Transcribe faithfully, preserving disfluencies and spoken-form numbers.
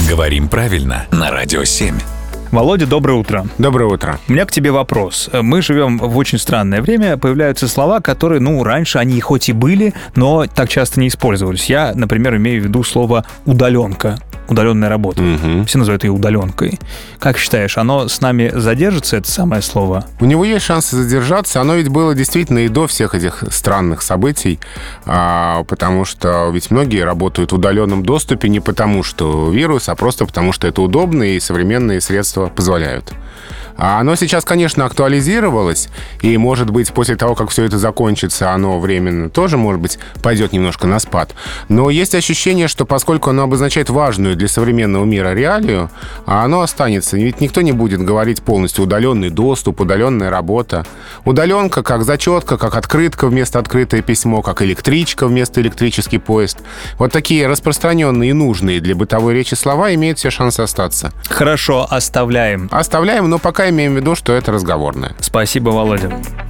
Говорим правильно на Радио семь. Володя, доброе утро. Доброе утро. У меня к тебе вопрос. Мы живем в очень странное время, появляются слова, которые, ну, раньше они хоть и были, но так часто не использовались. Я, например, имею в виду слово «удаленка». Удаленная работа. Угу. Все называют ее удаленкой. Как считаешь, оно с нами задержится, это самое слово? У него есть шансы задержаться. Оно ведь было действительно и до всех этих странных событий, а, потому что ведь многие работают в удаленном доступе не потому, что вирус, а просто потому, что это удобно и современные средства позволяют. Оно сейчас, конечно, актуализировалось, и, может быть, после того, как все это закончится, оно временно тоже, может быть, пойдет немножко на спад. Но есть ощущение, что поскольку оно обозначает важную для современного мира реалию, оно останется. Ведь никто не будет говорить полностью удаленный доступ, удаленная работа. Удаленка как зачетка, как открытка вместо открытое письмо, как электричка вместо электрический поезд. Вот такие распространенные и нужные для бытовой речи слова имеют все шансы остаться. Хорошо, оставляем. Оставляем, но пока имеем в виду, что это разговорное. Спасибо, Володя.